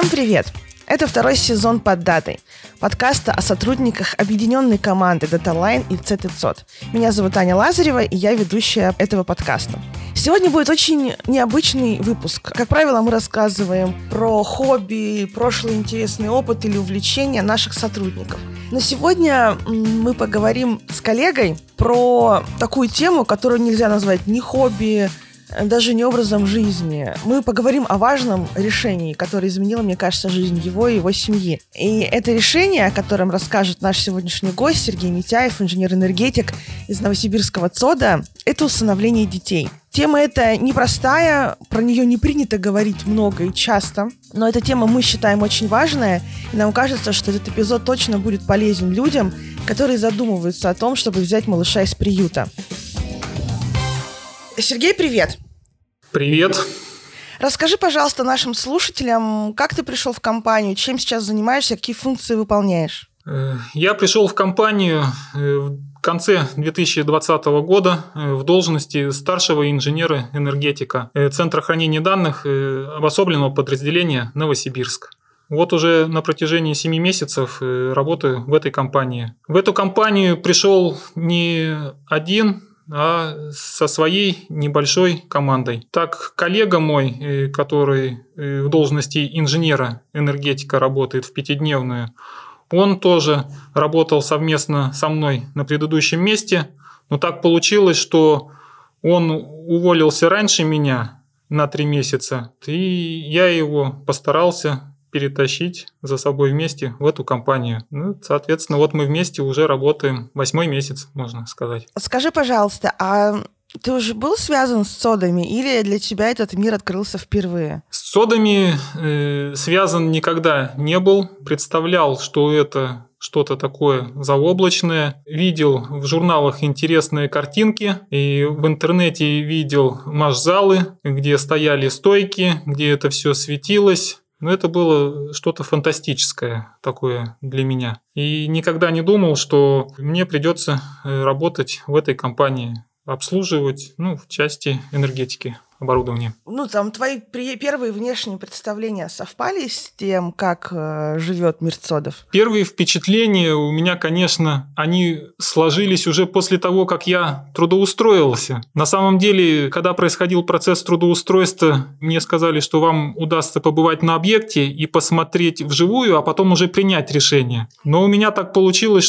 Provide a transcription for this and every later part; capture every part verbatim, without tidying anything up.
привет! Это второй сезон «Под датой» подкаста о сотрудниках объединенной команды DataLine и си ти си о ти. Меня зовут Аня Лазарева, и я ведущая этого подкаста. Сегодня будет очень необычный выпуск. Как правило, мы рассказываем про хобби, прошлый интересный опыт или увлечения наших сотрудников. Но сегодня мы поговорим с коллегой про такую тему, которую нельзя назвать ни хобби, даже не образом жизни. Мы поговорим о важном решении, которое изменило, мне кажется, жизнь его и его семьи. И это решение, о котором расскажет наш сегодняшний гость Сергей Митяев, инженер-энергетик из Новосибирского ЦОДа, это усыновление детей. Тема эта непростая, про нее не принято говорить много и часто, но эта тема мы считаем очень важная, и нам кажется, что этот эпизод точно будет полезен людям, которые задумываются о том, чтобы взять малыша из приюта. Сергей, привет! Привет! Расскажи, пожалуйста, нашим слушателям, как ты пришел в компанию, чем сейчас занимаешься, какие функции выполняешь? Я пришел в компанию в конце две тысячи двадцатого года в должности старшего инженера-энергетика Центра хранения данных обособленного подразделения Новосибирск. Вот уже на протяжении семи месяцев работаю в этой компании. В эту компанию пришел не один, а со своей небольшой командой. Так, коллега мой, который в должности инженера-энергетика работает в пятидневную, он тоже работал совместно со мной на предыдущем месте, но так получилось, что он уволился раньше меня на три месяца, и я его постарался перетащить за собой вместе в эту компанию. Ну, соответственно, вот мы вместе уже работаем восьмой месяц, можно сказать. Скажи, пожалуйста, а ты уже был связан с цодами или для тебя этот мир открылся впервые? С цодами э, связан никогда не был. Представлял, что это что-то такое заоблачное. Видел в журналах интересные картинки. И в интернете видел маш-залы, где стояли стойки, где это все светилось. Но это было что-то фантастическое такое для меня. И никогда не думал, что мне придется работать в этой компании, обслуживать, ну, в части энергетики, оборудования. Ну, там твои первые внешние представления совпали с тем, как э, живет мир цодов? Первые впечатления у меня, конечно, они сложились уже после того, как я трудоустроился. На самом деле, когда происходил процесс трудоустройства, мне сказали, что вам удастся побывать на объекте и посмотреть вживую, а потом уже принять решение. Но у меня так получилось,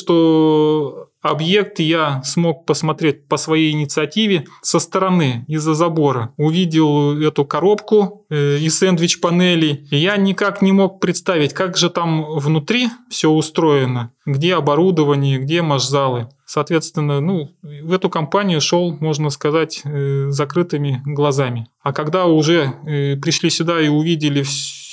что объект я смог посмотреть по своей инициативе со стороны, из-за забора. Увидел эту коробку э, из сэндвич-панелей, и я никак не мог представить, как же там внутри все устроено, где оборудование, где маш-залы. Соответственно, ну, в эту компанию шел, можно сказать, э, закрытыми глазами. А когда уже э, пришли сюда и увидели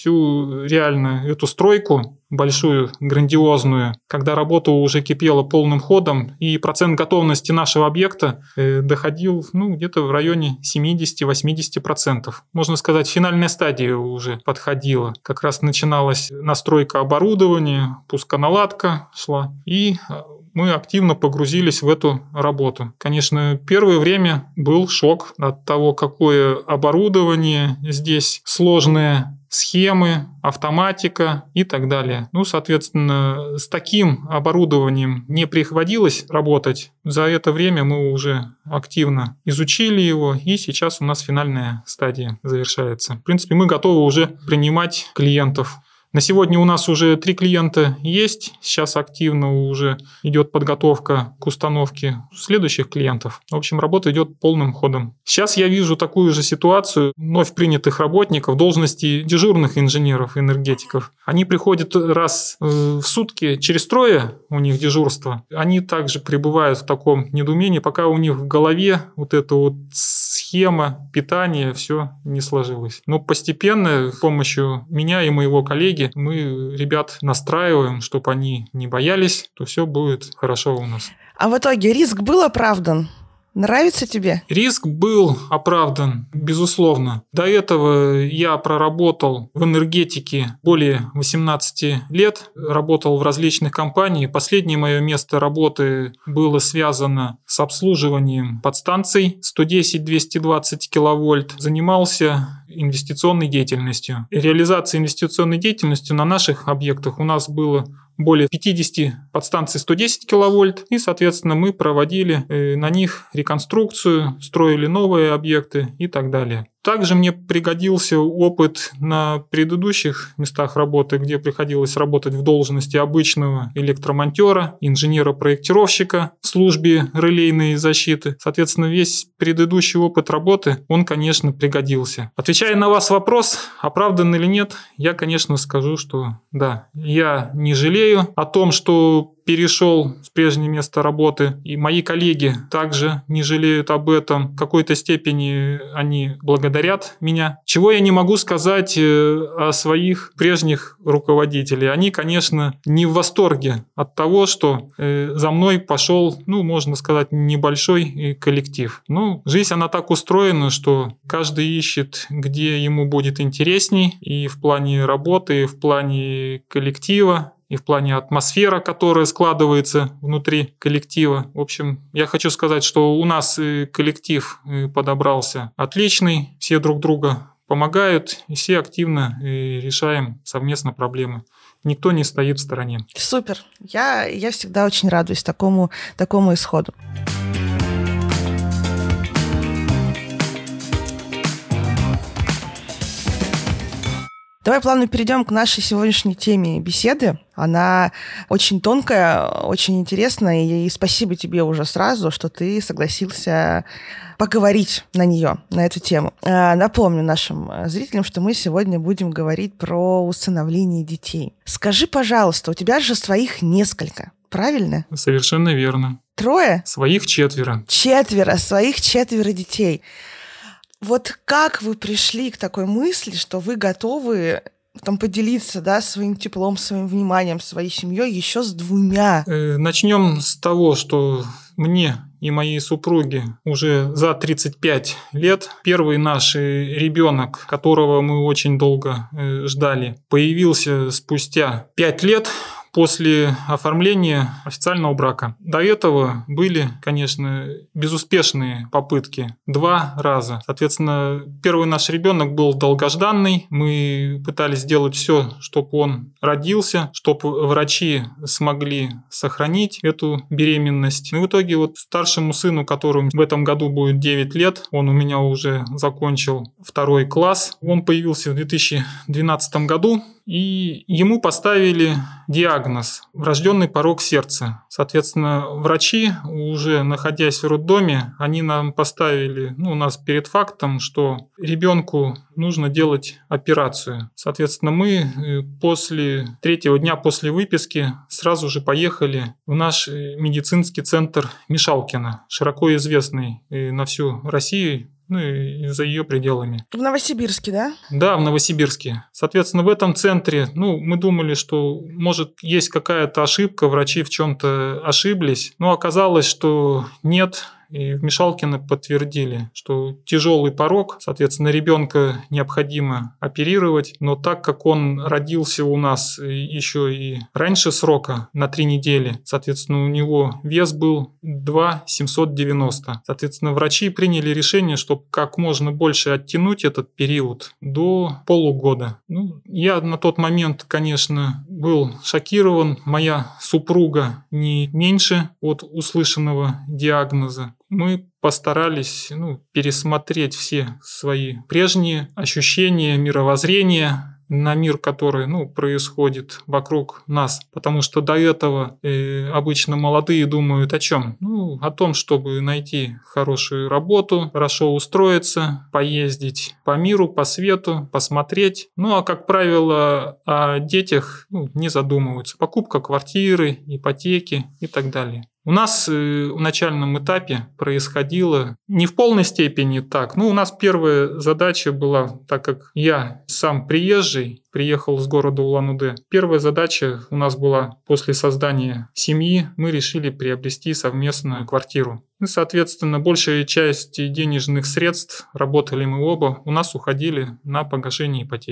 всю реально эту стройку, большую, грандиозную, когда работа уже кипела полным ходом, и процент готовности нашего объекта э, доходил ну, где-то в районе семьдесят-восемьдесят процентов. Можно сказать, финальная стадия уже подходила. Как раз начиналась настройка оборудования, пусконаладка шла, и мы активно погрузились в эту работу. Конечно, первое время был шок от того, какое оборудование здесь сложное, схемы, автоматика и так далее. Ну, соответственно, с таким оборудованием не приходилось работать. За это время мы уже активно изучили его, и сейчас у нас финальная стадия завершается. В принципе, мы готовы уже принимать клиентов. На сегодня у нас уже три клиента есть. Сейчас активно уже идет подготовка к установке следующих клиентов. В общем, работа идет полным ходом. Сейчас я вижу такую же ситуацию вновь принятых работников в должности дежурных инженеров-энергетиков. Они приходят раз в сутки через трое, у них дежурство. Они также пребывают в таком недоумении, пока у них в голове вот эта вот схема питания, все не сложилось. Но постепенно с помощью меня и моего коллеги мы ребят настраиваем, чтобы они не боялись, то все будет хорошо у нас. А в итоге риск был оправдан? Нравится тебе? Риск был оправдан, безусловно. До этого я проработал в энергетике более восемнадцати лет, работал в различных компаниях. Последнее мое место работы было связано с обслуживанием подстанций сто десять - двести двадцать киловольт. Занимался инвестиционной деятельностью. Реализация инвестиционной деятельности на наших объектах у нас было более пятьдесят подстанций сто десять киловольт, и, соответственно, мы проводили на них реконструкцию, строили новые объекты и так далее. Также мне пригодился опыт на предыдущих местах работы, где приходилось работать в должности обычного электромонтера, инженера-проектировщика в службе релейной защиты. Соответственно, весь предыдущий опыт работы, он, конечно, пригодился. Отвечая на ваш вопрос, оправдан или нет, я, конечно, скажу, что да, я не жалею о том, что перешел с прежнего места работы, и мои коллеги также не жалеют об этом. В какой-то степени они благодарят меня. Чего я не могу сказать о своих прежних руководителях. Они, конечно, не в восторге от того, что за мной пошел, ну, можно сказать, небольшой коллектив. Ну, жизнь, она так устроена, что каждый ищет, где ему будет интересней, и в плане работы, и в плане коллектива, и в плане атмосферы, которая складывается внутри коллектива. В общем, я хочу сказать, что у нас коллектив подобрался отличный, все друг друга помогают, и все активно решаем совместно проблемы. Никто не стоит в стороне. Супер. Я, я всегда очень радуюсь такому, такому исходу. Давай плавно перейдем к нашей сегодняшней теме беседы. Она очень тонкая, очень интересная, и спасибо тебе уже сразу, что ты согласился поговорить на нее, на эту тему. Напомню нашим зрителям, что мы сегодня будем говорить про усыновление детей. Скажи, пожалуйста, у тебя же своих несколько, правильно? Совершенно верно. Трое? Своих четверо. Четверо, своих четверо детей. Вот как вы пришли к такой мысли, что вы готовы там поделиться, да, своим теплом, своим вниманием, своей семьей еще с двумя? Э, начнем с того, что мне и моей супруге уже за тридцать пять лет. Первый наш ребенок, которого мы очень долго э, ждали, появился спустя пять лет после оформления официального брака. До этого были, конечно, безуспешные попытки два раза. Соответственно, первый наш ребенок был долгожданный. Мы пытались сделать все, чтобы он родился, чтобы врачи смогли сохранить эту беременность. И в итоге вот старшему сыну, которому в этом году будет девять лет, он у меня уже закончил второй класс. Он появился в две тысячи двенадцатом году. И ему поставили диагноз – врожденный порок сердца. Соответственно, врачи, уже находясь в роддоме, они нам поставили, ну, у нас перед фактом, что ребенку нужно делать операцию. Соответственно, мы после третьего дня после выписки сразу же поехали в наш медицинский центр Мишалкино, широко известный на всю Россию, ну и за ее пределами. В Новосибирске, да? Да, в Новосибирске. Соответственно, в этом центре, ну, мы думали, что, может, есть какая-то ошибка, врачи в чем-то ошиблись, но оказалось, что нет. И в Мишалкино подтвердили, что тяжелый порок, соответственно, ребенка необходимо оперировать, но так как он родился у нас еще и раньше срока, на три недели, соответственно, у него вес был два тысячи семьсот девяносто. Соответственно, врачи приняли решение, чтобы как можно больше оттянуть этот период до полугода. Ну, я на тот момент, конечно, был шокирован. Моя супруга не меньше от услышанного диагноза. Мы постарались, ну, пересмотреть все свои прежние ощущения, мировоззрения на мир, который, ну, происходит вокруг нас. Потому что до этого э, обычно молодые думают о чем? Ну, о том, чтобы найти хорошую работу, хорошо устроиться, поездить по миру, по свету, посмотреть. Ну, а, как правило, о детях, ну, не задумываются. Покупка квартиры, ипотеки и так далее. У нас в начальном этапе происходило не в полной степени так. Ну, у нас первая задача была, так как я сам приезжий, приехал с города Улан-Удэ. Первая задача у нас была после создания семьи, мы решили приобрести совместную квартиру. И, соответственно, большая часть денежных средств, работали мы оба, у нас уходили на погашение ипотеки.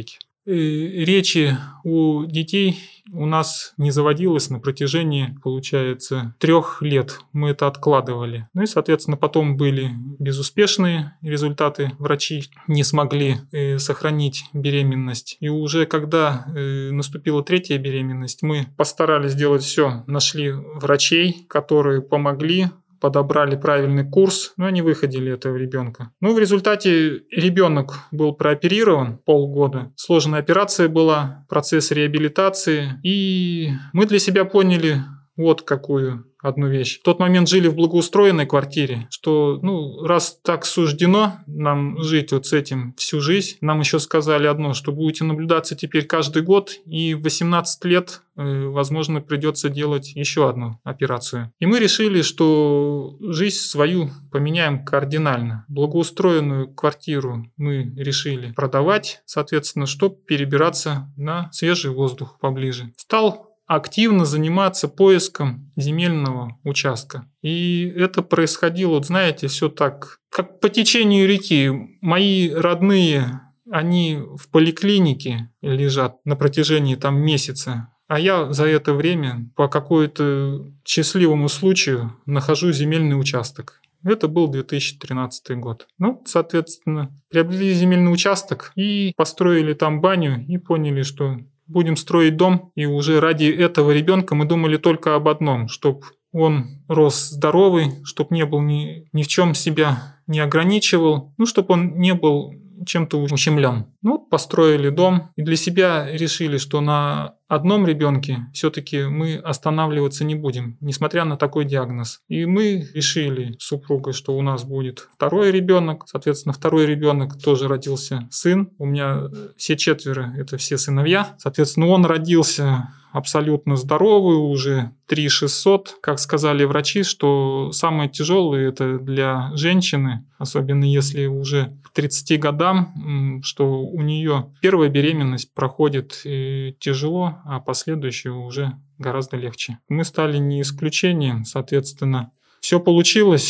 речи у детей у нас не заводилось на протяжении, получается, трех лет. Мы это откладывали. Ну и, соответственно, потом были безуспешные результаты. Врачи не смогли э, сохранить беременность. И уже когда э, наступила третья беременность, мы постарались сделать все. Нашли врачей, которые помогли, подобрали правильный курс, но они выходили этого ребенка. Ну, в результате ребенок был прооперирован полгода. Сложная операция была, процесс реабилитации. И мы для себя поняли вот какую одну вещь. В тот момент жили в благоустроенной квартире, что, ну, раз так суждено нам жить вот с этим всю жизнь, нам еще сказали одно, что будете наблюдаться теперь каждый год, и в восемнадцать лет, э, возможно, придется делать еще одну операцию. И мы решили, что жизнь свою поменяем кардинально. Благоустроенную квартиру мы решили продавать, соответственно, чтобы перебираться на свежий воздух поближе. Стал активно заниматься поиском земельного участка. И это происходило, вот знаете, все так, как по течению реки. Мои родные, они в поликлинике лежат на протяжении там месяца, а я за это время по какому-то счастливому случаю нахожу земельный участок. Это был две тысячи тринадцатый год. Ну, соответственно, приобрели земельный участок и построили там баню и поняли, что будем строить дом, и уже ради этого ребенка мы думали только об одном, чтобы он рос здоровый, чтобы не был ни, ни в чем себя не ограничивал, ну, чтобы он не был чем-то ущемлен. Ну, построили дом и для себя решили, что на одном ребенке все-таки мы останавливаться не будем, несмотря на такой диагноз. И мы решили с супругой, что у нас будет второй ребенок. Соответственно, второй ребенок тоже родился сын. У меня все четверо – это все сыновья. Соответственно, он родился абсолютно здоровый, уже три тысячи шестьсот. Как сказали врачи, что самое тяжелое это для женщины, особенно если уже к тридцати годам, что у нее первая беременность проходит тяжело, а последующая уже гораздо легче. Мы стали не исключением, соответственно, все получилось.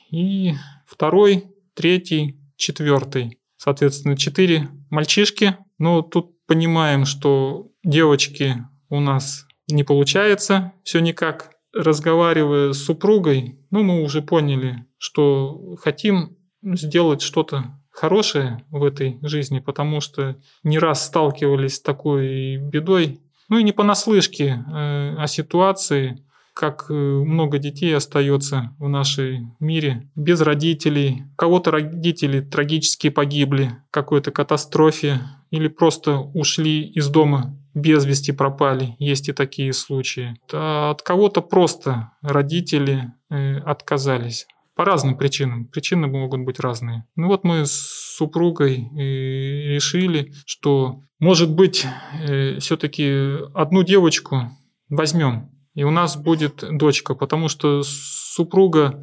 И второй, третий, четвертый. Соответственно, четыре мальчишки. Но тут понимаем, что девочки у нас не получается все никак. Разговаривая с супругой, ну, мы уже поняли, что хотим сделать что-то хорошее в этой жизни, потому что не раз сталкивались с такой бедой. Ну и не понаслышке э, о ситуации, как много детей остается в нашем мире без родителей. У кого-то родители трагически погибли в какой-то катастрофе или просто ушли из дома, без вести пропали. Есть и такие случаи. А от кого-то просто родители э, отказались. По разным причинам. Причины могут быть разные. Ну вот мы с супругой э, решили, что, может быть, э, все-таки одну девочку возьмем. И у нас будет дочка, потому что супруга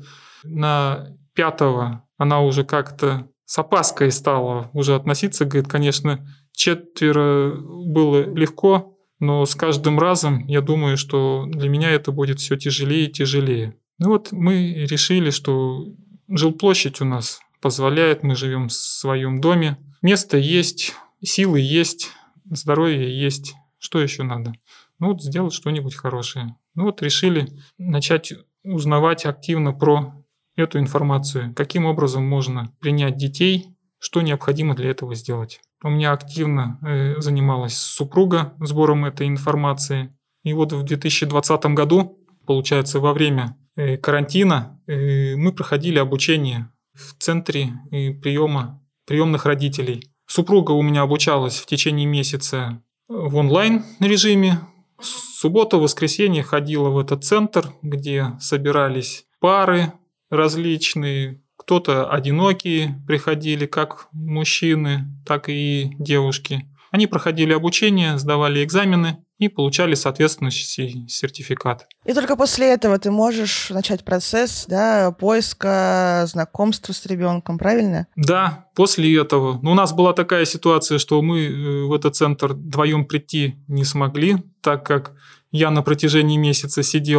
на пятого, она уже как-то с опаской стала уже относиться. Говорит, конечно, четверо было легко, но с каждым разом я думаю, что для меня это будет все тяжелее и тяжелее. Ну вот мы решили, что жилплощадь у нас позволяет, мы живем в своем доме. Место есть, силы есть, здоровье есть. Что еще надо? Ну вот сделать что-нибудь хорошее. Ну вот решили начать узнавать активно про эту информацию. Каким образом можно принять детей, что необходимо для этого сделать. У меня активно э, занималась супруга сбором этой информации. И вот в две тысячи двадцатом году, получается, во время э, карантина, э, мы проходили обучение в центре э, приема приемных родителей. Супруга у меня обучалась в течение месяца в онлайн-режиме. Суббота, воскресенье ходила в этот центр, где собирались пары различные. Кто-то одинокие приходили, как мужчины, так и девушки. Они проходили обучение, сдавали экзамены и получали соответствующий сертификат. И только после этого ты можешь начать процесс, да, поиска, знакомства с ребенком, правильно? Да, после этого. Но у нас была такая ситуация, что мы в этот центр вдвоем прийти не смогли, так как я на протяжении месяца сидел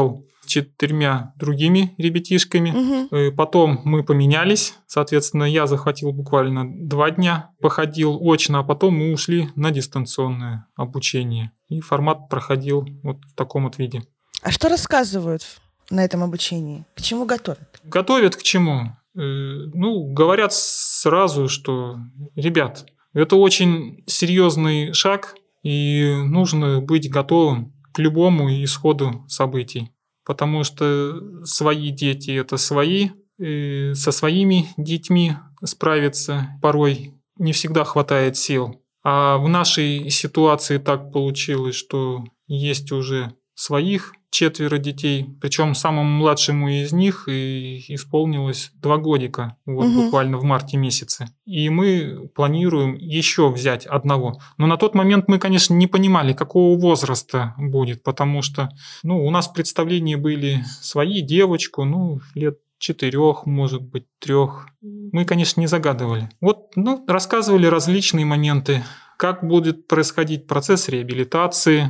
с четырьмя другими ребятишками. Угу. Потом мы поменялись. Соответственно, я захватил буквально два дня, походил очно, а потом мы ушли на дистанционное обучение. И формат проходил вот в таком вот виде. А что рассказывают на этом обучении? К чему готовят? Готовят к чему? Ну, говорят сразу, что, ребят, это очень серьезный шаг, и нужно быть готовым к любому исходу событий. Потому что свои дети – это свои, и со своими детьми справиться порой не всегда хватает сил. А в нашей ситуации так получилось, что есть уже своих четверо детей, причем самому младшему из них и исполнилось два годика, вот угу. буквально в марте месяце. И мы планируем еще взять одного. Но на тот момент мы, конечно, не понимали, какого возраста будет, потому что ну, у нас представления были свои, девочку, ну, лет четырех, может быть, трех. Мы, конечно, не загадывали. Вот, ну, рассказывали различные моменты, как будет происходить процесс реабилитации,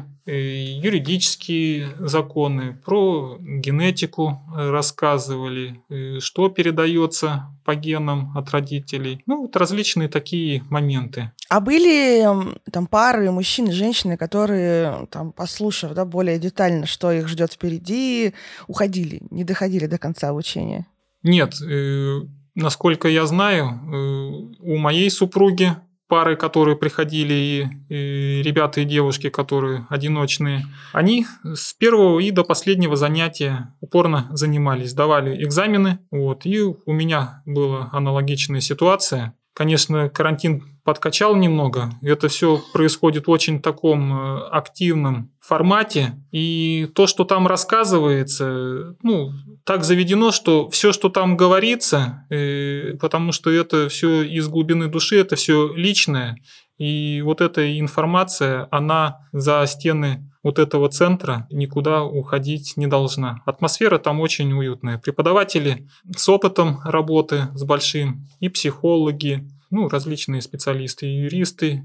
юридические законы, про генетику рассказывали, что передается по генам от родителей. Ну, вот различные такие моменты. А были там пары мужчин и женщины, которые, там, послушав да, более детально, что их ждет впереди, уходили, не доходили до конца обучения? Нет, э, насколько я знаю, э, у моей супруги пары, которые приходили, и, и ребята и девушки, которые одиночные, они с первого и до последнего занятия упорно занимались, давали экзамены. Вот, и у меня была аналогичная ситуация. Конечно, карантин подкачал немного. Это все происходит в очень таком активном формате. И то, что там рассказывается, ну, так заведено, что все, что там говорится, потому что это все из глубины души, это все личное. И вот эта информация, она за стены вот этого центра никуда уходить не должна. Атмосфера там очень уютная. Преподаватели с опытом работы, с большим, и психологи, ну, различные специалисты, и юристы,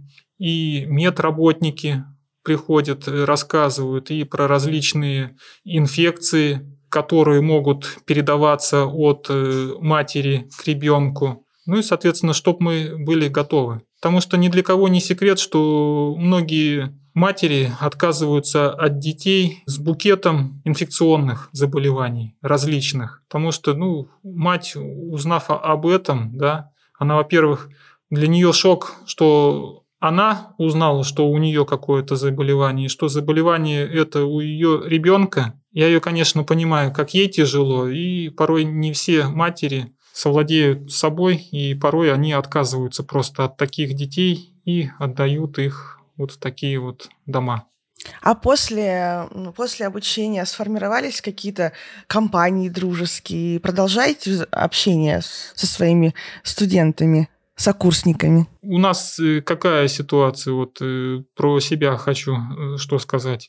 и медработники приходят, рассказывают и про различные инфекции, которые могут передаваться от матери к ребенку. Ну и, соответственно, чтобы мы были готовы. Потому что ни для кого не секрет, что многие матери отказываются от детей с букетом инфекционных заболеваний различных. Потому что, ну, мать, узнав об этом, да, она, во-первых, для нее шок, что она узнала, что у нее какое-то заболевание, что заболевание это у ее ребенка. Я ее, конечно, понимаю, как ей тяжело, и порой не все матери совладеют собой, и порой они отказываются просто от таких детей и отдают их вот в такие вот дома. А после, после обучения сформировались какие-то компании дружеские? Продолжаете общение со своими студентами, сокурсниками? У нас какая ситуация? Вот про себя хочу что сказать.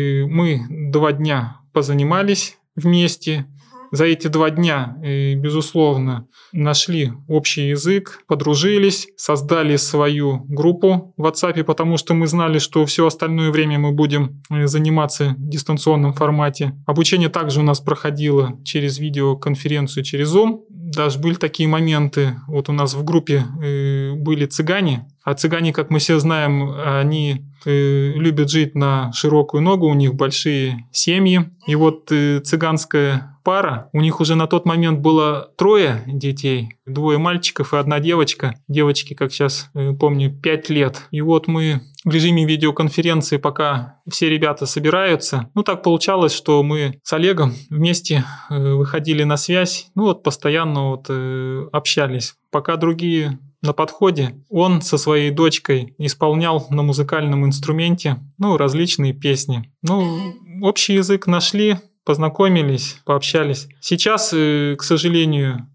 Мы два дня позанимались вместе. За эти два дня, безусловно, нашли общий язык, подружились, создали свою группу в WhatsApp, потому что мы знали, что все остальное время мы будем заниматься в дистанционном формате. Обучение также у нас проходило через видеоконференцию, через Zoom. Даже были такие моменты, вот у нас в группе были цыгане, а цыгане, как мы все знаем, они любят жить на широкую ногу, у них большие семьи. И вот цыганская пара, у них уже на тот момент было трое детей, двое мальчиков и одна девочка. Девочке, как сейчас помню, пять лет. И вот мы в режиме видеоконференции, пока все ребята собираются, ну так получалось, что мы с Олегом вместе выходили на связь, ну вот постоянно вот общались. Пока другие на подходе, он со своей дочкой исполнял на музыкальном инструменте, ну, различные песни. Ну, общий язык нашли, познакомились, пообщались. Сейчас, к сожалению,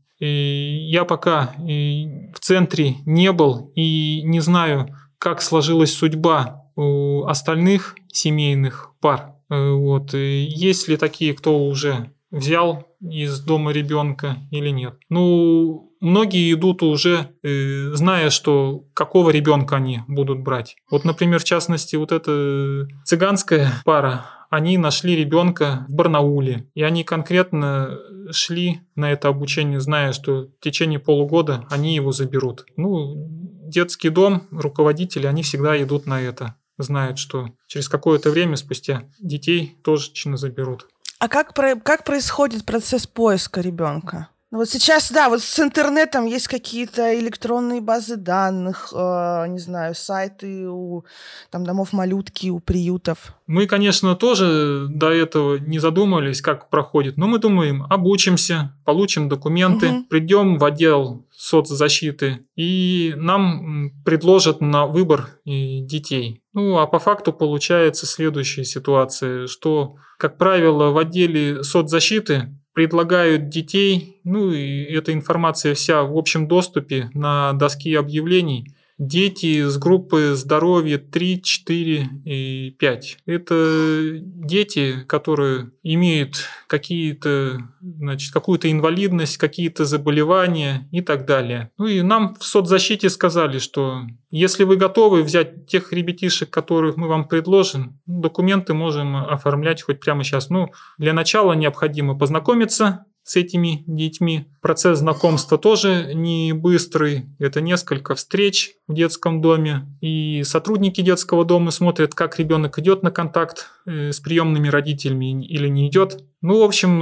я пока в центре не был и не знаю, как сложилась судьба у остальных семейных пар. Вот. Есть ли такие, кто уже взял из дома ребенка или нет. Ну, многие идут уже, э, зная, что какого ребенка они будут брать. Вот, например, в частности, вот эта цыганская пара, они нашли ребенка в Барнауле, и они конкретно шли на это обучение, зная, что в течение полугода они его заберут. Ну, детский дом, руководители, они всегда идут на это, знают, что через какое-то время спустя детей тоже точно заберут. А как, про, как происходит процесс поиска ребенка? Ну вот сейчас, да, вот с интернетом есть какие-то электронные базы данных, э, не знаю, сайты у там, домов малютки, у приютов. Мы, конечно, тоже до этого не задумывались, как проходит, но мы думаем, обучимся, получим документы, угу. придем в отдел соцзащиты, и нам предложат на выбор детей. Ну, а по факту получается следующая ситуация, что, как правило, в отделе соцзащиты предлагают детей, ну и эта информация вся в общем доступе на доске объявлений. Дети с группы здоровья три, четыре и пять. Это дети, которые имеют какие-то, значит, какую-то инвалидность, какие-то заболевания и так далее. Ну и нам в соцзащите сказали, что если вы готовы взять тех ребятишек, которых мы вам предложим, документы можем оформлять хоть прямо сейчас. Ну, для начала необходимо познакомиться с этими детьми. Процесс знакомства тоже не быстрый. Это несколько встреч в детском доме. И сотрудники детского дома смотрят, как ребенок идет на контакт с приемными родителями или не идет. Ну, в общем,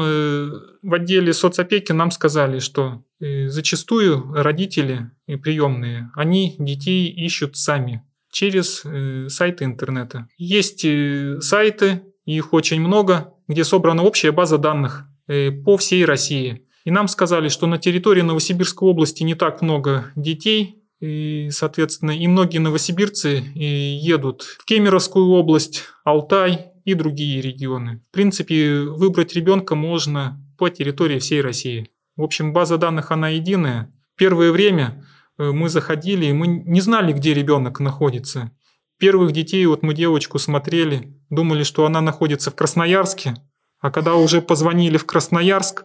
в отделе соцопеки нам сказали, что зачастую родители и приемные, они детей ищут сами через сайты интернета. Есть сайты, их очень много, где собрана общая база данных по всей России. И нам сказали, что на территории Новосибирской области не так много детей, и, соответственно, и многие новосибирцы едут в Кемеровскую область, Алтай и другие регионы. В принципе, выбрать ребенка можно по территории всей России. В общем, база данных, она единая. Первое время мы заходили, и мы не знали, где ребенок находится. Первых детей, вот мы девочку смотрели, думали, что она находится в Красноярске, а когда уже позвонили в Красноярск,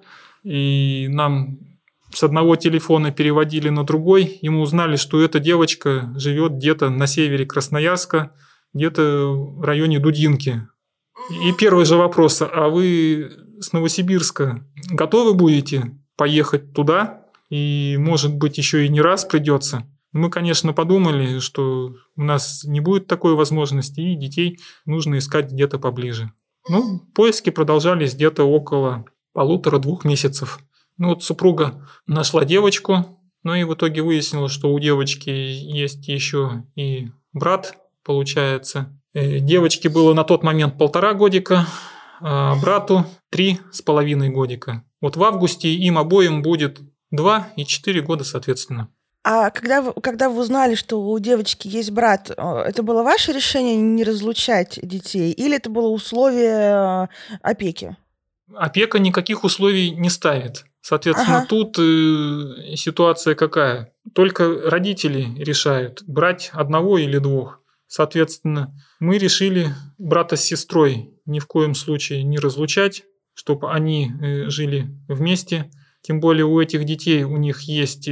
и нам с одного телефона переводили на другой, и мы узнали, что эта девочка живет где-то на севере Красноярска, где-то в районе Дудинки. И первый же вопрос: а вы с Новосибирска готовы будете поехать туда? И, может быть, еще и не раз придется. Мы, конечно, подумали, что у нас не будет такой возможности, и детей нужно искать где-то поближе. Ну, поиски продолжались где-то около полутора-двух месяцев. Ну, вот супруга нашла девочку, но и в итоге выяснилось, что у девочки есть еще и брат, получается. Девочке было на тот момент полтора годика, а брату три с половиной годика. Вот в августе им обоим будет два и четыре года, соответственно. А когда вы, когда вы узнали, что у девочки есть брат, это было ваше решение не разлучать детей, или это было условие опеки? Опека никаких условий не ставит. Соответственно, ага. Тут э, ситуация какая? Только родители решают, брать одного или двух. Соответственно, мы решили брата с сестрой ни в коем случае не разлучать, чтобы они э, жили вместе. Тем более у этих детей у них есть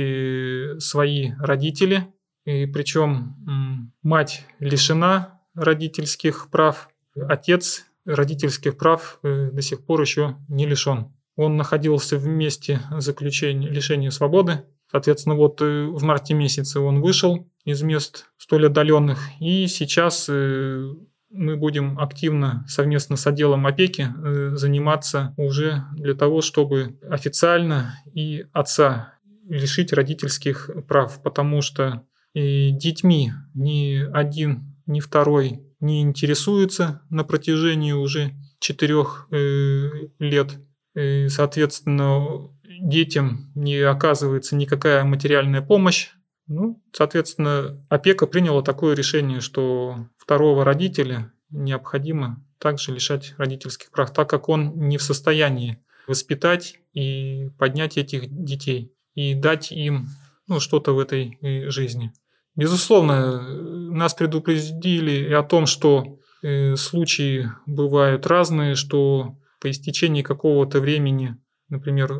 свои родители, и причем мать лишена родительских прав, отец родительских прав до сих пор еще не лишен. Он находился в месте заключения лишения свободы. Соответственно, вот в марте месяце он вышел из мест столь отдаленных, и сейчас мы будем активно совместно с отделом опеки заниматься уже для того, чтобы официально и отца лишить родительских прав, потому что и детьми ни один, ни второй не интересуются на протяжении уже четырех лет. И, соответственно, детям не оказывается никакая материальная помощь. Ну, соответственно, опека приняла такое решение, что второго родителя необходимо также лишать родительских прав, так как он не в состоянии воспитать и поднять этих детей и дать им ну, что-то в этой жизни. Безусловно, нас предупредили и о том, что э, случаи бывают разные, что по истечении какого-то времени например,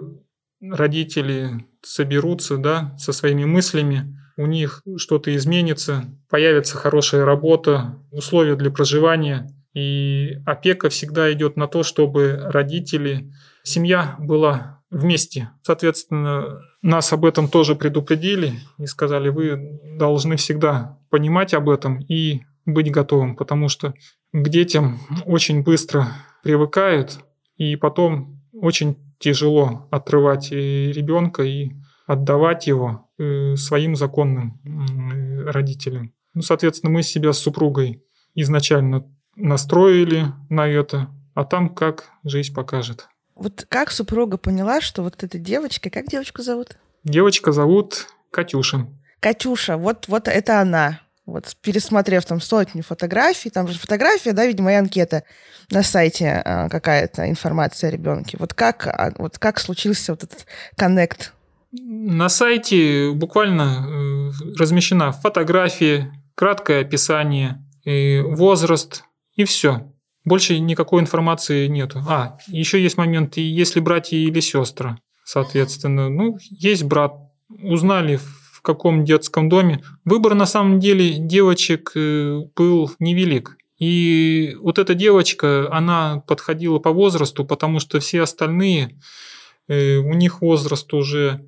родители соберутся, да, со своими мыслями, у них что-то изменится, появится хорошая работа, условия для проживания. И опека всегда идет на то, чтобы родители, семья была вместе. Соответственно, нас об этом тоже предупредили и сказали, вы должны всегда понимать об этом и быть готовым, потому что к детям очень быстро привыкают, и потом очень тяжело отрывать ребенка и отдавать его своим законным родителям. Ну, соответственно, мы себя с супругой изначально настроили на это, а там как жизнь покажет. Вот как супруга поняла, что вот эта девочка, как девочку зовут? Девочка зовут Катюша. Катюша, вот, вот это она. Вот пересмотрев там сотни фотографий, там же фотография, да, видимо, и анкета на сайте, а, какая-то информация о ребенке. Вот как, а, вот как случился вот этот коннект? На сайте буквально э, размещена фотография, краткое описание, э, возраст и все. Больше никакой информации нету. А, еще есть момент, и если братья или сестры, соответственно. Ну, есть брат. Узнали, в каком детском доме. Выбор, на самом деле, девочек был невелик. И вот эта девочка, она подходила по возрасту, потому что все остальные, у них возраст уже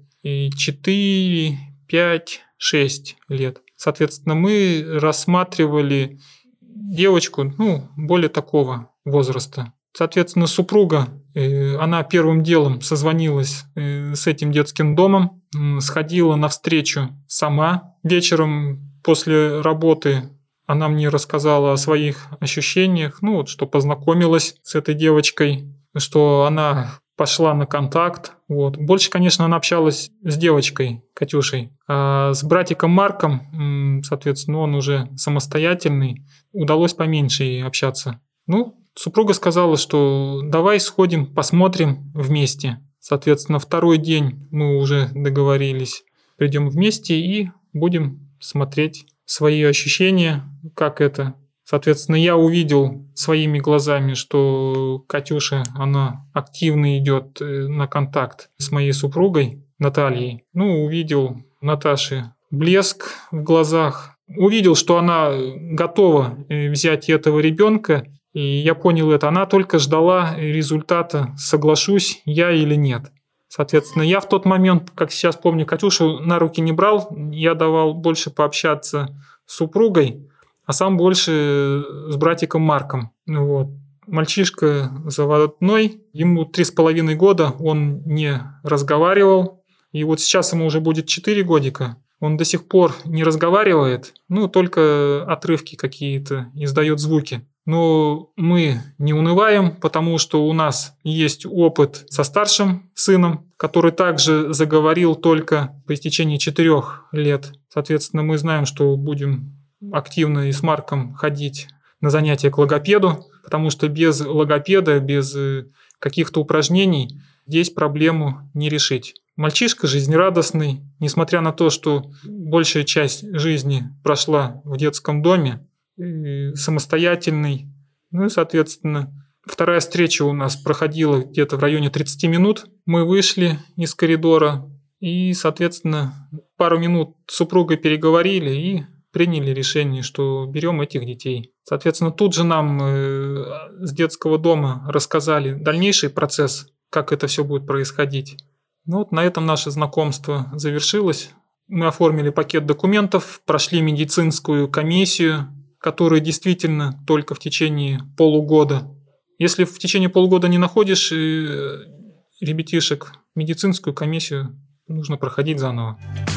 четыре, пять, шесть лет. Соответственно, мы рассматривали девочку, ну, более такого возраста. Соответственно, супруга, она первым делом созвонилась с этим детским домом, сходила навстречу сама. Вечером после работы она мне рассказала о своих ощущениях, ну, вот, что познакомилась с этой девочкой, что она пошла на контакт. Вот. Больше, конечно, она общалась с девочкой, Катюшей. А с братиком Марком, соответственно, он уже самостоятельный, удалось поменьше общаться. Ну, супруга сказала, что давай сходим, посмотрим вместе. Соответственно, второй день мы уже договорились, придем вместе и будем смотреть свои ощущения, как это. Соответственно, я увидел своими глазами, что Катюша, она активно идет на контакт с моей супругой Натальей. Ну, увидел Наташи блеск в глазах. Увидел, что она готова взять этого ребенка. И я понял это. Она только ждала результата, соглашусь я или нет. Соответственно, я в тот момент, как сейчас помню, Катюшу на руки не брал. Я давал больше пообщаться с супругой, а сам больше с братиком Марком. Вот. Мальчишка заводной, ему три с половиной года, он не разговаривал. И вот сейчас ему уже будет четыре годика. Он до сих пор не разговаривает, ну, только отрывки какие-то, издает звуки. Но мы не унываем, потому что у нас есть опыт со старшим сыном, который также заговорил только по истечении четырех лет. Соответственно, мы знаем, что будем активно и с Марком ходить на занятия к логопеду, потому что без логопеда, без каких-то упражнений здесь проблему не решить. Мальчишка жизнерадостный, несмотря на то, что большая часть жизни прошла в детском доме, самостоятельный. Ну и, соответственно, вторая встреча у нас проходила где-то в районе тридцать минут. Мы вышли из коридора и, соответственно, пару минут с супругой переговорили и приняли решение, что берем этих детей. Соответственно, тут же нам с детского дома рассказали дальнейший процесс, как это все будет происходить. Ну вот на этом наше знакомство завершилось. Мы оформили пакет документов, прошли медицинскую комиссию, которая действительно только в течение полугода. Если в течение полугода не находишь ребятишек, медицинскую комиссию нужно проходить заново.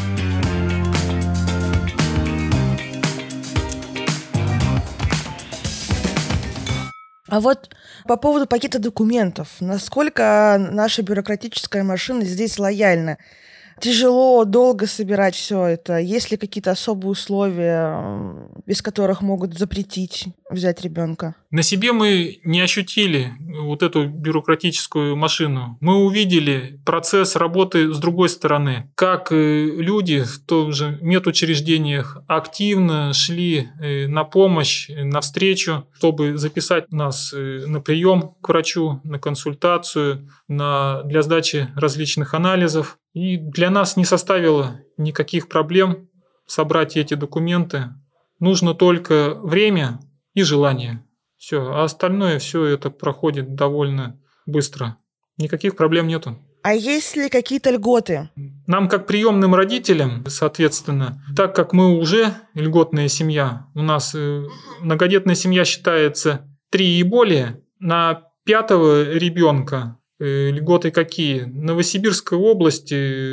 А вот по поводу пакета документов, насколько наша бюрократическая машина здесь лояльна? Тяжело, долго собирать все это? Есть ли какие-то особые условия, без которых могут запретить взять ребенка? На себе мы не ощутили вот эту бюрократическую машину. Мы увидели процесс работы с другой стороны. Как люди в том же медучреждениях активно шли на помощь, навстречу, чтобы записать нас на прием к врачу, на консультацию, на, для сдачи различных анализов. И для нас не составило никаких проблем собрать эти документы. Нужно только время и желание. Все, а остальное все это проходит довольно быстро. Никаких проблем нету. А есть ли какие-то льготы? Нам, как приемным родителям, соответственно, так как мы уже льготная семья, у нас многодетная семья считается три и более, на пятого ребенка льготы какие? Новосибирская область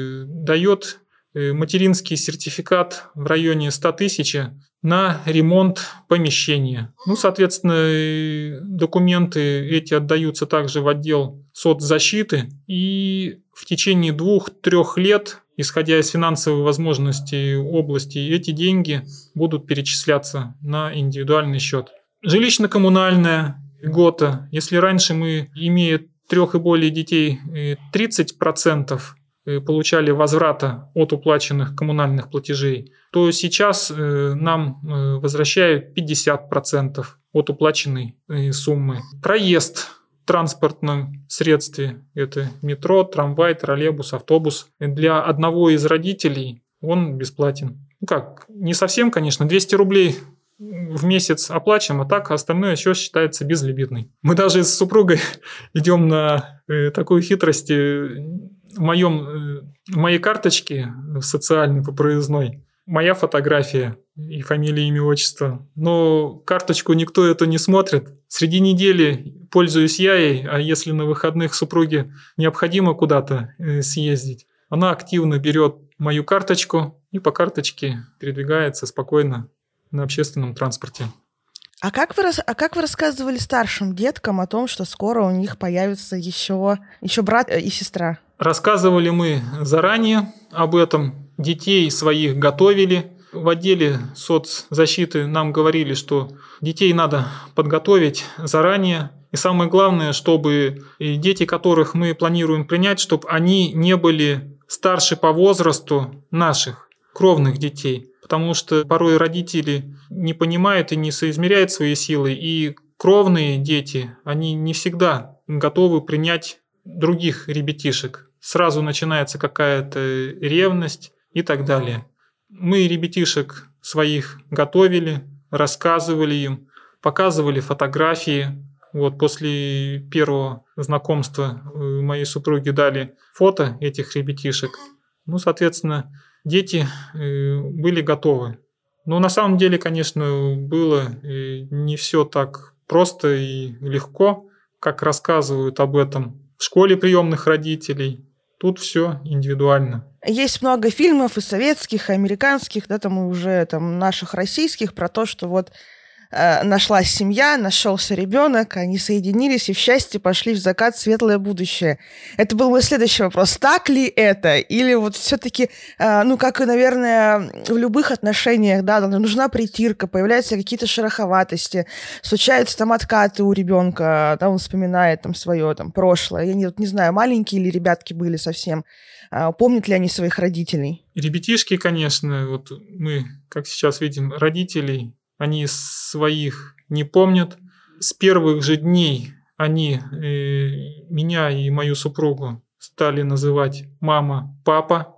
дает материнский сертификат в районе ста тысяч на ремонт помещения. Ну, соответственно, документы эти отдаются также в отдел соцзащиты, и в течение двух-трех лет, исходя из финансовой возможности области, эти деньги будут перечисляться на индивидуальный счет. Жилищно-коммунальная льгота. Если раньше мы, имея трех и более детей, тридцать процентов получали возврата от уплаченных коммунальных платежей, то сейчас нам возвращают пятьдесят процентов от уплаченной суммы. Проезд в транспортном средстве – это метро, трамвай, троллейбус, автобус. Для одного из родителей он бесплатен. Ну как, не совсем, конечно, двести рублей в месяц оплачиваем, а так остальное еще считается безлимитной. Мы даже с супругой идем на такую хитрость. В, моем, в моей карточке социальной по проездной моя фотография и фамилия, имя, отчество. Но карточку никто эту не смотрит. Среди недели пользуюсь я ей, а если на выходных супруге необходимо куда-то съездить, она активно берет мою карточку и по карточке передвигается спокойно на общественном транспорте. А как вы, а как вы рассказывали старшим деткам о том, что скоро у них появится еще, еще брат и сестра? Рассказывали мы заранее об этом, детей своих готовили. В отделе соцзащиты нам говорили, что детей надо подготовить заранее. И самое главное, чтобы дети, которых мы планируем принять, чтобы они не были старше по возрасту наших кровных детей. Потому что порой родители не понимают и не соизмеряют свои силы, и кровные дети, они не всегда готовы принять других ребятишек. Сразу начинается какая-то ревность и так далее. Мы ребятишек своих готовили, рассказывали им, показывали фотографии. Вот после первого знакомства моей супруге дали фото этих ребятишек. Ну, соответственно, дети были готовы. Но на самом деле, конечно, было не все так просто и легко, как рассказывают об этом в школе приемных родителей. Тут все индивидуально. Есть много фильмов и советских, и американских, да, там уже там, наших российских, про то, что вот э, нашлась семья, нашелся ребенок, они соединились и в счастье пошли в закат светлое будущее. Это был мой следующий вопрос. Так ли это? Или вот все-таки, э, ну, как и, наверное, в любых отношениях, да, нужна притирка, появляются какие-то шероховатости, случаются там откаты у ребенка, да, он вспоминает там свое там прошлое. Я не, вот, не знаю, маленькие ли ребятки были совсем. Помнят ли они своих родителей? Ребятишки, конечно, вот мы, как сейчас видим, родителей, они своих не помнят. С первых же дней они э, меня и мою супругу стали называть мама, папа.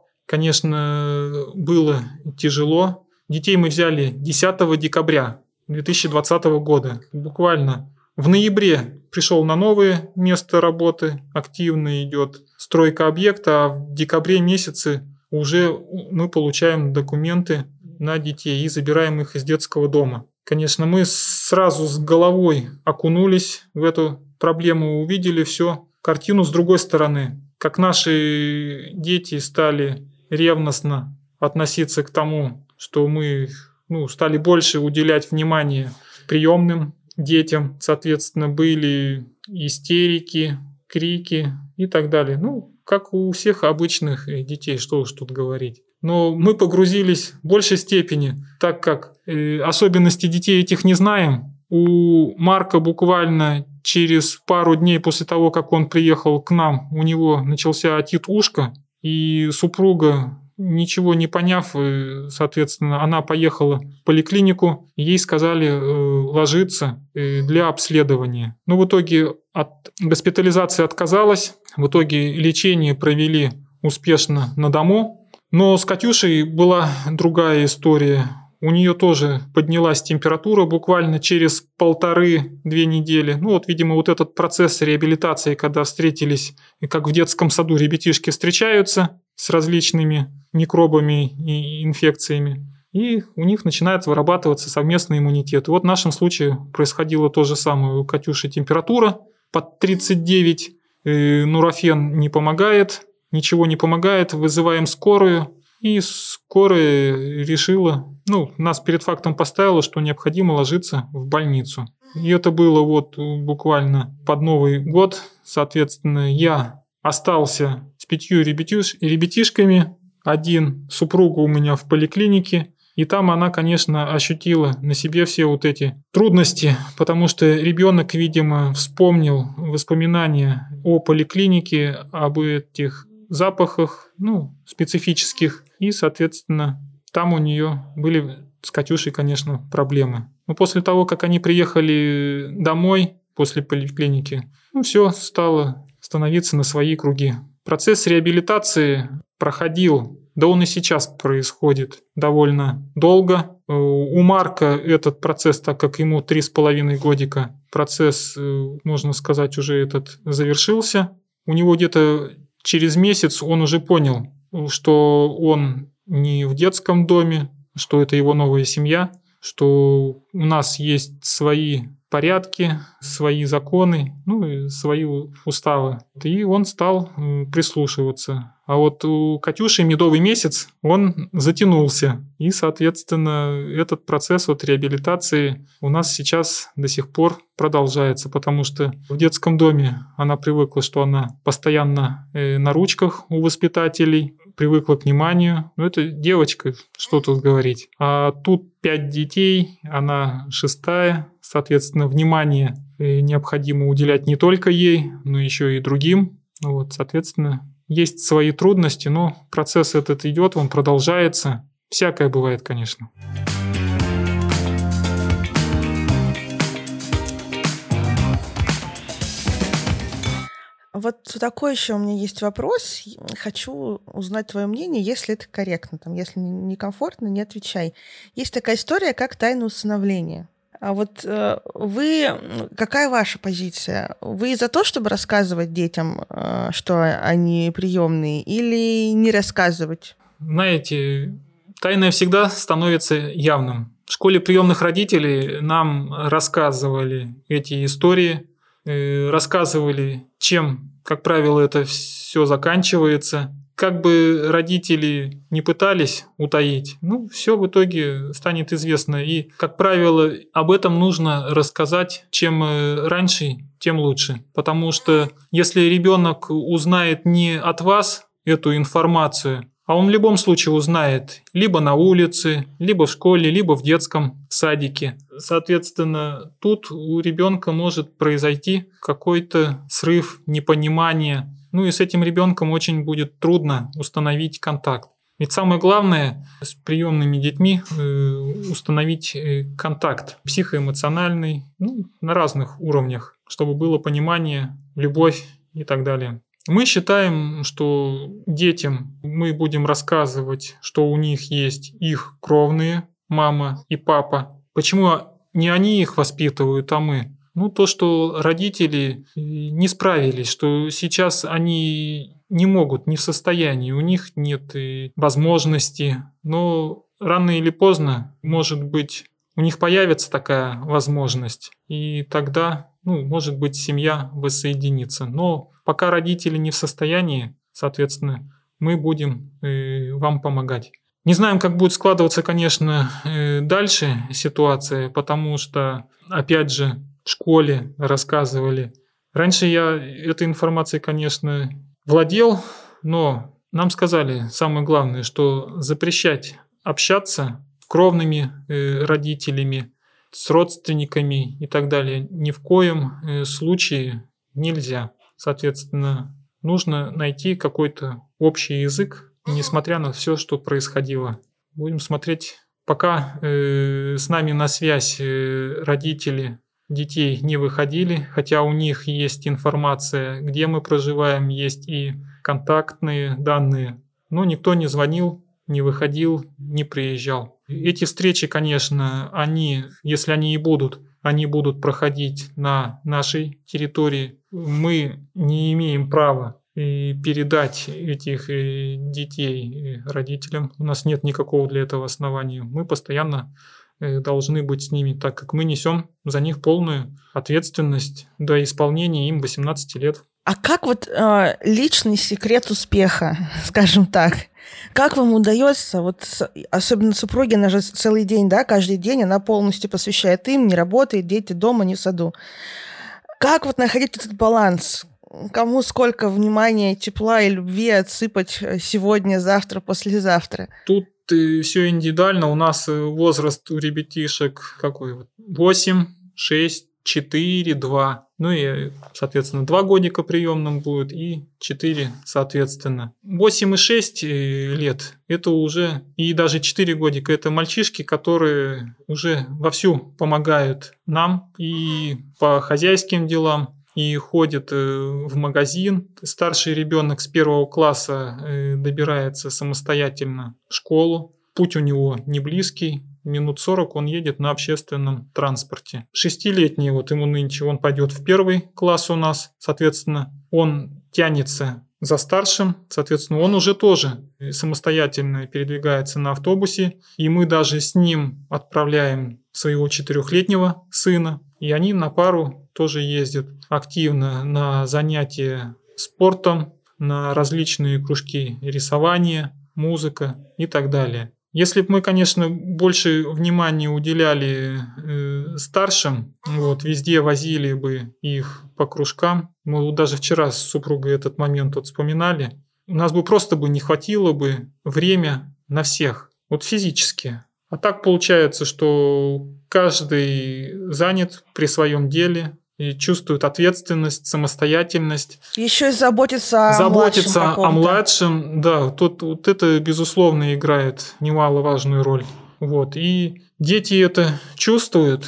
Конечно, было тяжело. Детей мы взяли десятого декабря две тысячи двадцатого года. Буквально в ноябре пришел на новое место работы, активно идет стройка объекта, а в декабре месяце уже мы получаем документы на детей и забираем их из детского дома. Конечно, мы сразу с головой окунулись в эту проблему, увидели всю картину с другой стороны. Как наши дети стали ревностно относиться к тому, что мы ну, стали больше уделять внимание приемным детям, соответственно, были истерики, крики и так далее. Ну, как у всех обычных детей, что уж тут говорить. Но мы погрузились в большей степени, так как э, особенности детей этих не знаем, У Марка буквально через пару дней после того, как он приехал к нам, у него начался отит ушка, и супруга, ничего не поняв, соответственно, она поехала в поликлинику, ей сказали ложиться для обследования. Но в итоге от госпитализации отказалась, в итоге лечение провели успешно на дому. Но с Катюшей была другая история. У нее тоже поднялась температура буквально через полторы-две недели. Ну вот, видимо, вот этот процесс реабилитации, когда встретились, как в детском саду ребятишки встречаются с различными микробами и инфекциями, и у них начинает вырабатываться совместный иммунитет. И вот в нашем случае происходило то же самое. У Катюши температура под тридцать девять, нурофен не помогает, ничего не помогает, вызываем скорую. И скорая решила, ну, нас перед фактом поставила, что необходимо ложиться в больницу. И это было вот буквально под Новый год. Соответственно, я остался с пятью ребятиш, ребятишками. Один супруга у меня в поликлинике. И там она, конечно, ощутила на себе все вот эти трудности, потому что ребенок, видимо, вспомнил воспоминания о поликлинике, об этих запахах, ну, специфических, и, соответственно, там у нее были с Катюшей, конечно, проблемы. Но после того, как они приехали домой после поликлиники, ну, все стало становиться на свои круги. Процесс реабилитации проходил, да он и сейчас происходит довольно долго. У Марка этот процесс, так как ему три с половиной годика, процесс, можно сказать, уже этот завершился. У него где-то через месяц он уже понял, что он не в детском доме, что это его новая семья, что у нас есть свои порядки, свои законы, ну и свои уставы. И он стал прислушиваться. А вот у Катюши медовый месяц, он затянулся. И, соответственно, этот процесс вот реабилитации у нас сейчас до сих пор продолжается, потому что в детском доме она привыкла, что она постоянно на ручках у воспитателей, привыкла к вниманию. Ну, это девочка, что тут говорить. А тут пять детей, она шестая. Соответственно, внимание необходимо уделять не только ей, но еще и другим. Вот, соответственно, есть свои трудности, но процесс этот идет, он продолжается. Всякое бывает, конечно. Вот такой еще у меня есть вопрос. Хочу узнать твое мнение, если это корректно. Там, если некомфортно, не отвечай. Есть такая история, как тайное усыновление. А вот э, вы, какая ваша позиция? Вы за то, чтобы рассказывать детям, э, что они приемные, или не рассказывать? Знаете, тайное всегда становится явным. В школе приемных родителей нам рассказывали эти истории, э, рассказывали, чем, как правило, это все заканчивается. Как бы родители не пытались утаить, ну, все в итоге станет известно. И, как правило, об этом нужно рассказать. Чем раньше, тем лучше. Потому что если ребенок узнает не от вас эту информацию, а он в любом случае узнает либо на улице, либо в школе, либо в детском садике. Соответственно, тут у ребенка может произойти какой-то срыв, непонимание. Ну и с этим ребенком очень будет трудно установить контакт. Ведь самое главное с приемными детьми э, установить э, контакт психоэмоциональный, ну, на разных уровнях, чтобы было понимание, любовь и так далее. Мы считаем, что детям мы будем рассказывать, что у них есть их кровные, мама и папа. Почему не они их воспитывают, а мы? Ну, то, что родители не справились, что сейчас они не могут, не в состоянии, у них нет возможности. Но рано или поздно, может быть, у них появится такая возможность. И тогда, ну, может быть, семья воссоединится. Но пока родители не в состоянии, соответственно, мы будем э, вам помогать. Не знаем, как будет складываться, конечно, э, дальше ситуация, потому что, опять же, в школе рассказывали. Раньше я этой информацией, конечно, владел, но нам сказали самое главное, что запрещать общаться с кровными э, родителями, с родственниками и так далее. Ни в коем случае нельзя. Соответственно, нужно найти какой-то общий язык, несмотря на все, что происходило. Будем смотреть. Пока э, с нами на связь э, родители детей не выходили, хотя у них есть информация, где мы проживаем, есть и контактные данные, но никто не звонил, не выходил, не приезжал. Эти встречи, конечно, они, если они и будут, они будут проходить на нашей территории. Мы не имеем права передать этих детей родителям. У нас нет никакого для этого основания. Мы постоянно должны быть с ними, так как мы несем за них полную ответственность до исполнения им восемнадцати лет. А как вот э, личный секрет успеха, скажем так? Как вам удается, вот особенно супруги, она же целый день, да, каждый день она полностью посвящает им, не работает, дети дома, не в саду. Как вот находить этот баланс? Кому сколько внимания, тепла и любви отсыпать сегодня, завтра, послезавтра? Тут все индивидуально. У нас возраст у ребятишек какой? восемь, шесть, четыре, два. Ну и, соответственно, два годика приемным будет и четыре, соответственно. восемь и шесть лет – это уже, и даже четыре годика – это мальчишки, которые уже вовсю помогают нам и по хозяйским делам, и ходит в магазин. Старший ребенок с первого класса добирается самостоятельно в школу. Путь у него не близкий. Минут сорок он едет на общественном транспорте. Шестилетний, вот ему нынче, он пойдет в первый класс у нас. Соответственно, он тянется за старшим. Соответственно, он уже тоже самостоятельно передвигается на автобусе. И мы даже с ним отправляем своего четырехлетнего сына. И они на пару тоже ездят активно на занятия спортом, на различные кружки рисования, музыка и так далее. Если бы мы, конечно, больше внимания уделяли э, старшим, вот, везде возили бы их по кружкам, мы вот даже вчера с супругой этот момент вот вспоминали, у нас бы просто бы не хватило бы время на всех, вот физически. А так получается, что каждый занят при своем деле и чувствует ответственность, самостоятельность. Еще и заботиться о заботиться младшем. о младшем, да, тут, вот это, безусловно, играет немаловажную роль. Вот. И дети это чувствуют,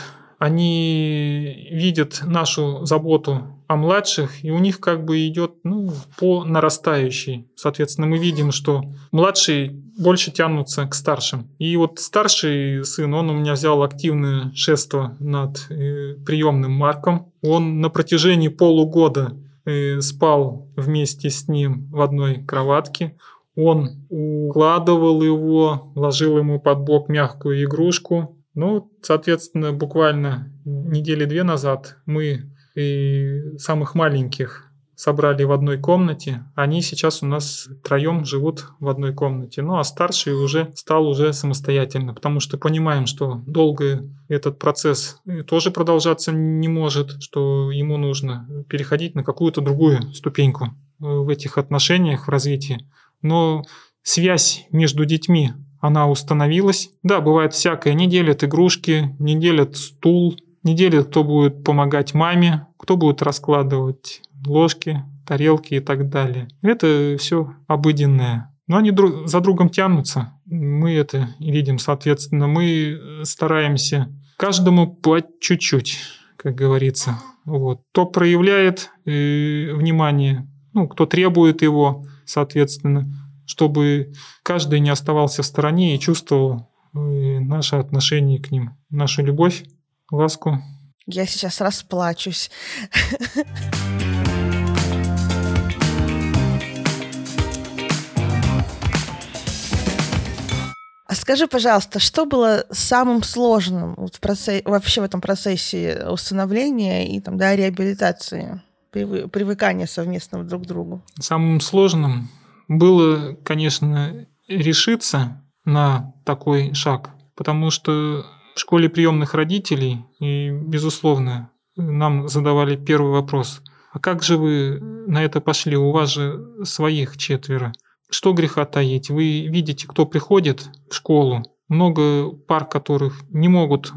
они видят нашу заботу о младших, и у них как бы идет ну, по нарастающей. Соответственно, мы видим, что младшие больше тянутся к старшим. И вот старший сын, он у меня взял активное шефство над э, приемным Марком. Он на протяжении полугода э, спал вместе с ним в одной кроватке. Он укладывал его, ложил ему под бок мягкую игрушку. Ну, соответственно, буквально недели две назад мы и самых маленьких собрали в одной комнате. Они сейчас у нас втроем живут в одной комнате. Ну, а старший уже стал уже самостоятельно, потому что понимаем, что долго этот процесс тоже продолжаться не может, что ему нужно переходить на какую-то другую ступеньку в этих отношениях, в развитии. Но связь между детьми, она установилась. Да, бывает всякое. Не делят игрушки, не делят стул, не делят, кто будет помогать маме, кто будет раскладывать ложки, тарелки и так далее. Это все обыденное. Но они друг за другом тянутся. Мы это видим, соответственно. Мы стараемся каждому по чуть-чуть, как говорится. Вот. Кто проявляет э, внимание, ну, кто требует его, соответственно, чтобы каждый не оставался в стороне и чувствовал э, наше отношение к ним, нашу любовь, ласку. Я сейчас расплачусь. А скажи, пожалуйста, что было самым сложным вот в процессе, вообще в этом процессе усыновления и там, да, реабилитации, привы, привыкания совместного друг к другу? Самым сложным было, конечно, решиться на такой шаг, потому что в школе приемных родителей, и, безусловно, нам задавали первый вопрос. А как же вы на это пошли? У вас же своих четверо. Что греха таить? Вы видите, кто приходит в школу, много пар, которых не могут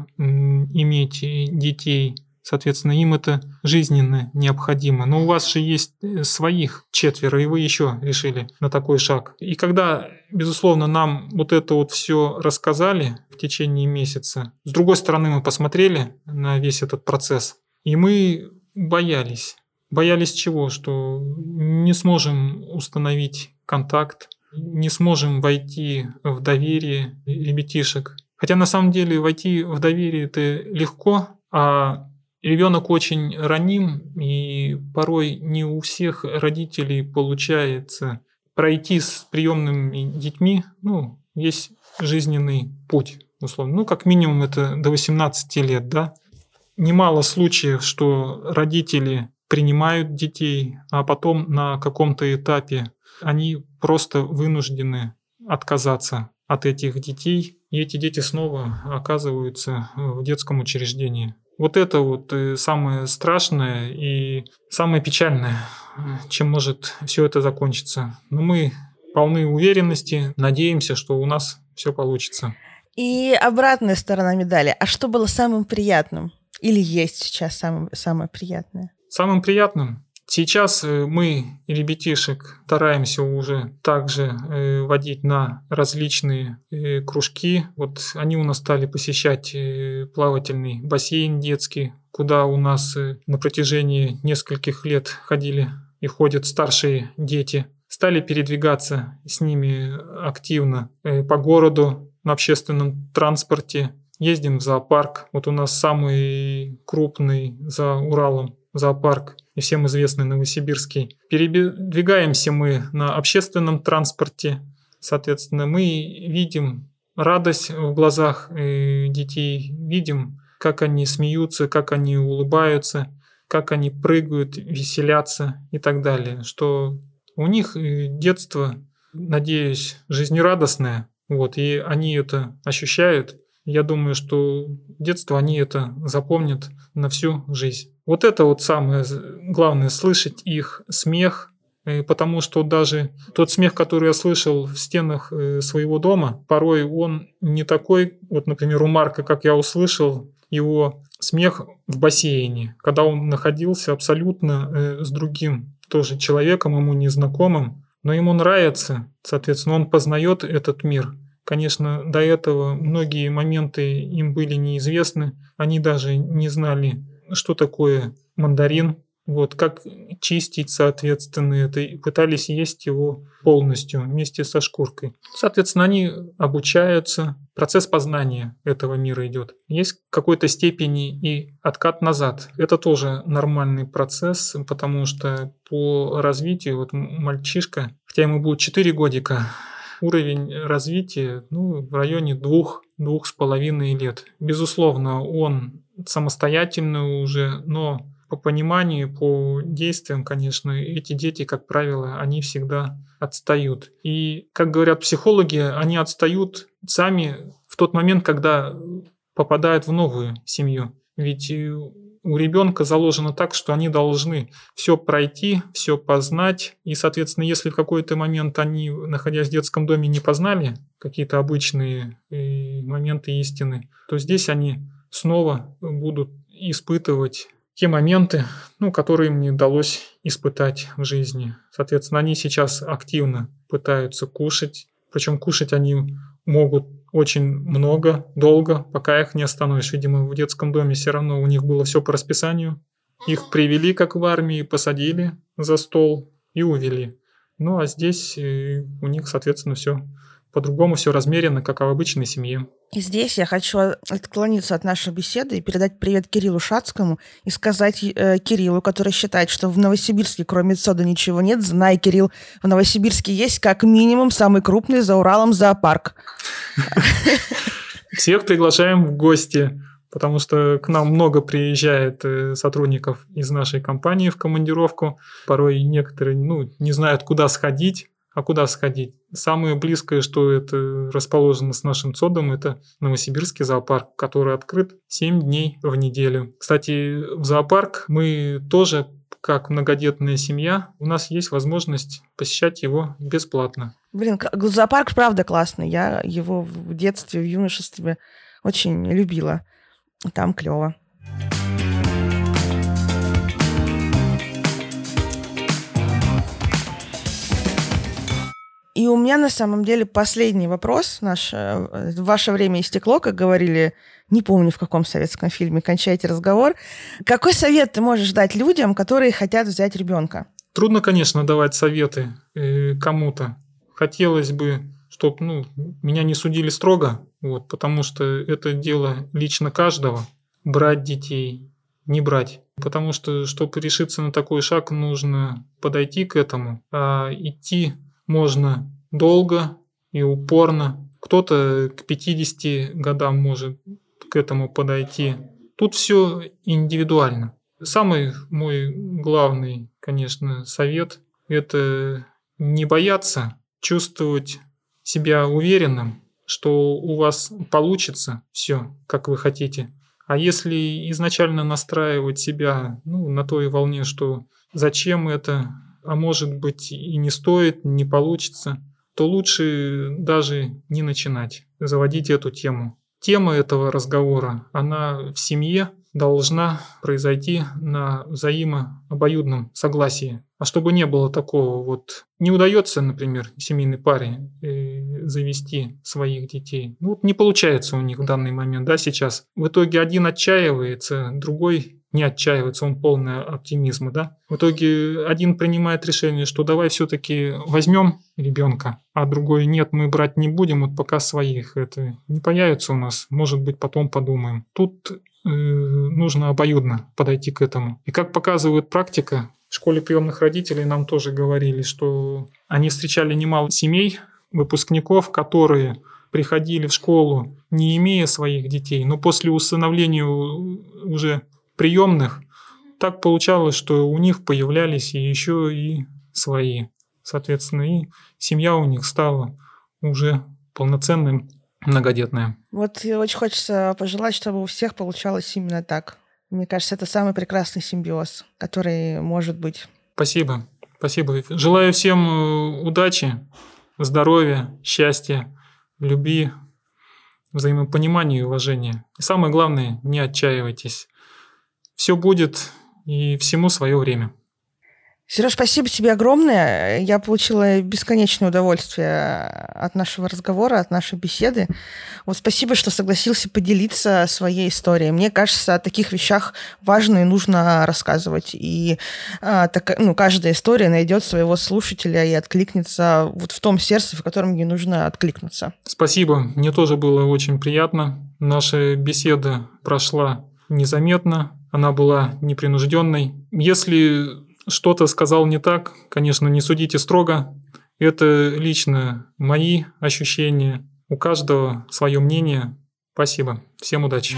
иметь детей. Соответственно, им это жизненно необходимо. Но у вас же есть своих четверо, и вы еще решили на такой шаг. И когда, безусловно, нам вот это вот все рассказали в течение месяца, с другой стороны, мы посмотрели на весь этот процесс, и мы боялись. Боялись чего? Что не сможем установить контакт, не сможем войти в доверие ребятишек. Хотя на самом деле войти в доверие это легко, а ребенок очень раним, и порой не у всех родителей получается пройти с приемными детьми, ну, весь жизненный путь, условно. Ну, как минимум это до восемнадцати лет, да. Немало случаев, что родители принимают детей, а потом на каком-то этапе они просто вынуждены отказаться от этих детей, и эти дети снова оказываются в детском учреждении. Вот это вот самое страшное и самое печальное, чем может все это закончиться. Но мы полны уверенности, надеемся, что у нас все получится. И обратная сторона медали. А что было самым приятным? Или есть сейчас самое, самое приятное? Самым приятным? Сейчас мы ребятишек стараемся уже также водить на различные кружки. Вот они у нас стали посещать плавательный бассейн детский, куда у нас на протяжении нескольких лет ходили и ходят старшие дети. Стали передвигаться с ними активно по городу на общественном транспорте. Ездим в зоопарк. Вот у нас самый крупный за Уралом зоопарк, и всем известный Новосибирский. Передвигаемся мы на общественном транспорте. Соответственно, мы видим радость в глазах детей, видим, как они смеются, как они улыбаются, как они прыгают, веселятся и так далее. Что у них детство, надеюсь, жизнерадостное, вот, и они это ощущают. Я думаю, что детство они это запомнят на всю жизнь. Вот это вот самое главное, слышать их смех, потому что даже тот смех, который я слышал в стенах своего дома, порой он не такой, вот, например, у Марка, как я услышал его смех в бассейне, когда он находился абсолютно с другим тоже человеком, ему незнакомым, но ему нравится, соответственно, он познает этот мир. Конечно, до этого многие моменты им были неизвестны, они даже не знали, что такое мандарин, вот, как чистить, соответственно, это, и пытались есть его полностью вместе со шкуркой. Соответственно, они обучаются, процесс познания этого мира идет. Есть в какой-то степени и откат назад. Это тоже нормальный процесс, потому что по развитию, вот мальчишка, хотя ему будет четыре годика, уровень развития ну, в районе двух, двух с половиной лет. Безусловно, он самостоятельный уже, но по пониманию, по действиям, конечно, эти дети, как правило, они всегда отстают. И, как говорят психологи, они отстают сами в тот момент, когда попадают в новую семью. Ведь у ребенка заложено так, что они должны все пройти, все познать. И, соответственно, если в какой-то момент они, находясь в детском доме, не познали какие-то обычные моменты истины, то здесь они снова будут испытывать те моменты, ну, которые им не удалось испытать в жизни. Соответственно, они сейчас активно пытаются кушать. Причем кушать они могут очень много, долго, пока их не остановишь. Видимо, в детском доме все равно у них было все по расписанию. Их привели, как в армии, посадили за стол и увели. Ну, а здесь у них, соответственно, все по-другому, все размеренно, как в обычной семье. И здесь я хочу отклониться от нашей беседы и передать привет Кириллу Шацкому и сказать э, Кириллу, который считает, что в Новосибирске кроме ЦОДа ничего нет. Знай, Кирилл, в Новосибирске есть как минимум самый крупный за Уралом зоопарк. Всех приглашаем в гости, потому что к нам много приезжает сотрудников из нашей компании в командировку. Порой некоторые ну, не знают, куда сходить. А куда сходить? Самое близкое, что это расположено с нашим ЦОДом, это Новосибирский зоопарк, который открыт семь дней в неделю. Кстати, в зоопарк мы тоже как многодетная семья, у нас есть возможность посещать его бесплатно. Блин, зоопарк правда классный. Я его в детстве, в юношестве очень любила. Там клево. И у меня на самом деле последний вопрос. Наш, ваше время истекло, как говорили, не помню в каком советском фильме, кончайте разговор. Какой совет ты можешь дать людям, которые хотят взять ребенка? Трудно, конечно, давать советы э, кому-то. Хотелось бы, чтобы ну, меня не судили строго, вот, потому что это дело лично каждого. Брать детей, не брать. Потому что, чтобы решиться на такой шаг, нужно подойти к этому, а идти можно долго и упорно. Кто-то к пятидесяти годам может к этому подойти. Тут все индивидуально. Самый мой главный, конечно, совет – это не бояться, чувствовать себя уверенным, что у вас получится все, как вы хотите. А если изначально настраивать себя ну, на той волне, что зачем это, а может быть и не стоит, не получится, то лучше даже не начинать заводить эту тему. Тема этого разговора, она в семье должна произойти на взаимообоюдном согласии. А чтобы не было такого, вот не удается, например, семейной паре э, завести своих детей. Ну вот не получается у них в данный момент, да, сейчас. В итоге один отчаивается, другой не отчаивается, он полный оптимизма, да. В итоге один принимает решение, что давай все-таки возьмем ребенка, а другой нет, мы брать не будем, вот пока своих. Это не появится у нас, может быть, потом подумаем. Тут э, нужно обоюдно подойти к этому. И как показывает практика, в школе приемных родителей нам тоже говорили, что они встречали немало семей, выпускников, которые приходили в школу, не имея своих детей, но после усыновления уже приемных, так получалось, что у них появлялись и еще и свои. Соответственно, и семья у них стала уже полноценной, многодетная. Вот очень хочется пожелать, чтобы у всех получалось именно так. Мне кажется, это самый прекрасный симбиоз, который может быть. Спасибо. Спасибо. Желаю всем удачи, здоровья, счастья, любви, взаимопонимания и уважения. И самое главное, не отчаивайтесь. Все будет, и всему свое время. Сереж, спасибо тебе огромное. Я получила бесконечное удовольствие от нашего разговора, от нашей беседы. Вот спасибо, что согласился поделиться своей историей. Мне кажется, о таких вещах важно и нужно рассказывать. И а, так, ну, каждая история найдет своего слушателя и откликнется вот в том сердце, в котором ей нужно откликнуться. Спасибо. Мне тоже было очень приятно. Наша беседа прошла незаметно. Она была непринужденной. Если что-то сказал не так, конечно, не судите строго. Это лично мои ощущения. У каждого свое мнение. Спасибо. Всем удачи.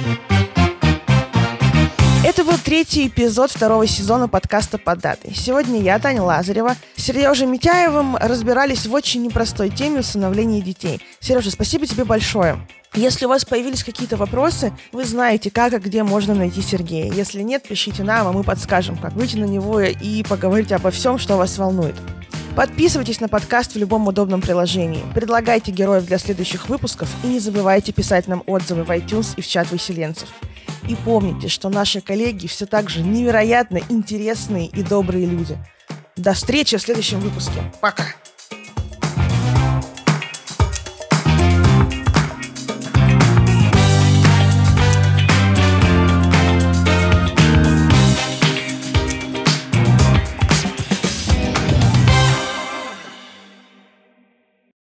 Это был третий эпизод второго сезона подкаста «Под датой». Сегодня я, Таня Лазарева, с Сережей Митяевым разбирались в очень непростой теме усыновления детей. Сережа, спасибо тебе большое. Если у вас появились какие-то вопросы, вы знаете, как и где можно найти Сергея. Если нет, пишите нам, а мы подскажем, как выйти на него и поговорить обо всем, что вас волнует. Подписывайтесь на подкаст в любом удобном приложении, предлагайте героев для следующих выпусков и не забывайте писать нам отзывы в iTunes и в чат выселенцев. И помните, что наши коллеги все так же невероятно интересные и добрые люди. До встречи в следующем выпуске. Пока!